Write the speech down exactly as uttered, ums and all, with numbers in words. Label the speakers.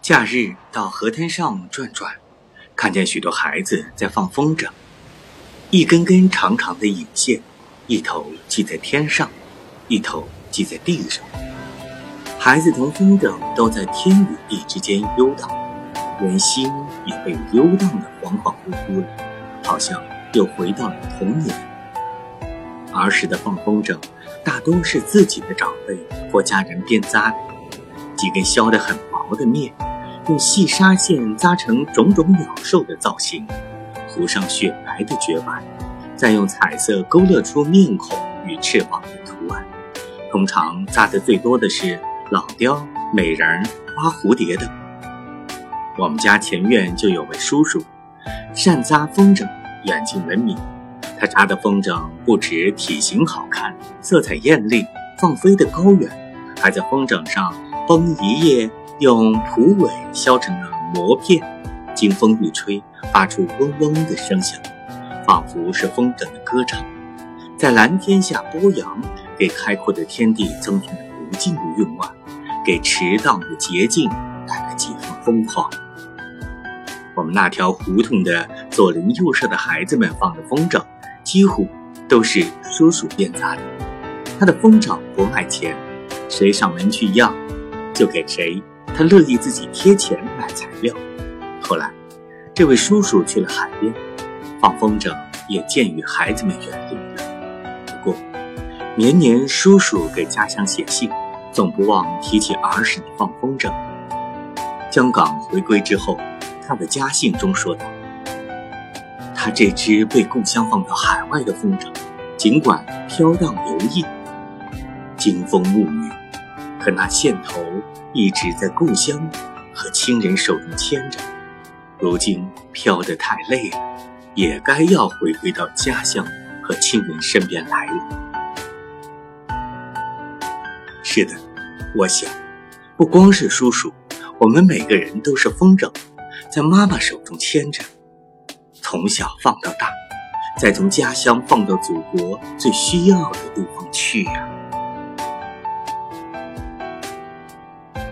Speaker 1: 假日到河滩上转转，看见许多孩子在放风筝，一根根长长的引线，一头系在天上，一头系在地上。孩子同风筝都在天与地之间游荡，人心也被游荡得恍恍惚惚了，好像又回到了童年。儿时的放风筝大多是自己的长辈或家人编扎的，几根削得很薄的面，用细纱线扎成种种鸟兽的造型，涂上雪白的绝版，再用彩色勾勒出面孔与翅膀的图案。通常扎得最多的是老雕、美人、花蝴蝶等。我们家前院就有位叔叔，善扎风筝，远近闻名。他扎的风筝不止体型好看，色彩艳丽，放飞得高远，还在风筝上绷一叶用蒲苇削成了膜片，经风一吹，发出嗡嗡的声响，仿佛是风筝的歌唱，在蓝天下播扬，给开阔的天地增添了不尽的韵味，给迟荡的洁净带来几分疯狂。我们那条胡同的左邻右舍的孩子们放的风筝几乎都是叔叔编扎的，他的风筝不卖钱，谁上门去要就给谁，他乐意自己贴钱买材料。后来这位叔叔去了海边，放风筝也渐与孩子们远离了。不过年年叔叔给家乡写信，总不忘提起儿时的放风筝。香港回归之后，他的家信中说道，他这只被故乡放到海外的风筝，尽管飘荡游弋，经风沐雨，可那线头一直在故乡和亲人手中牵着，如今飘得太累了，也该要回归到家乡和亲人身边来了。是的，我想不光是叔叔，我们每个人都是风筝，在妈妈手中牵着，从小放到大，再从家乡放到祖国最需要的地方去啊。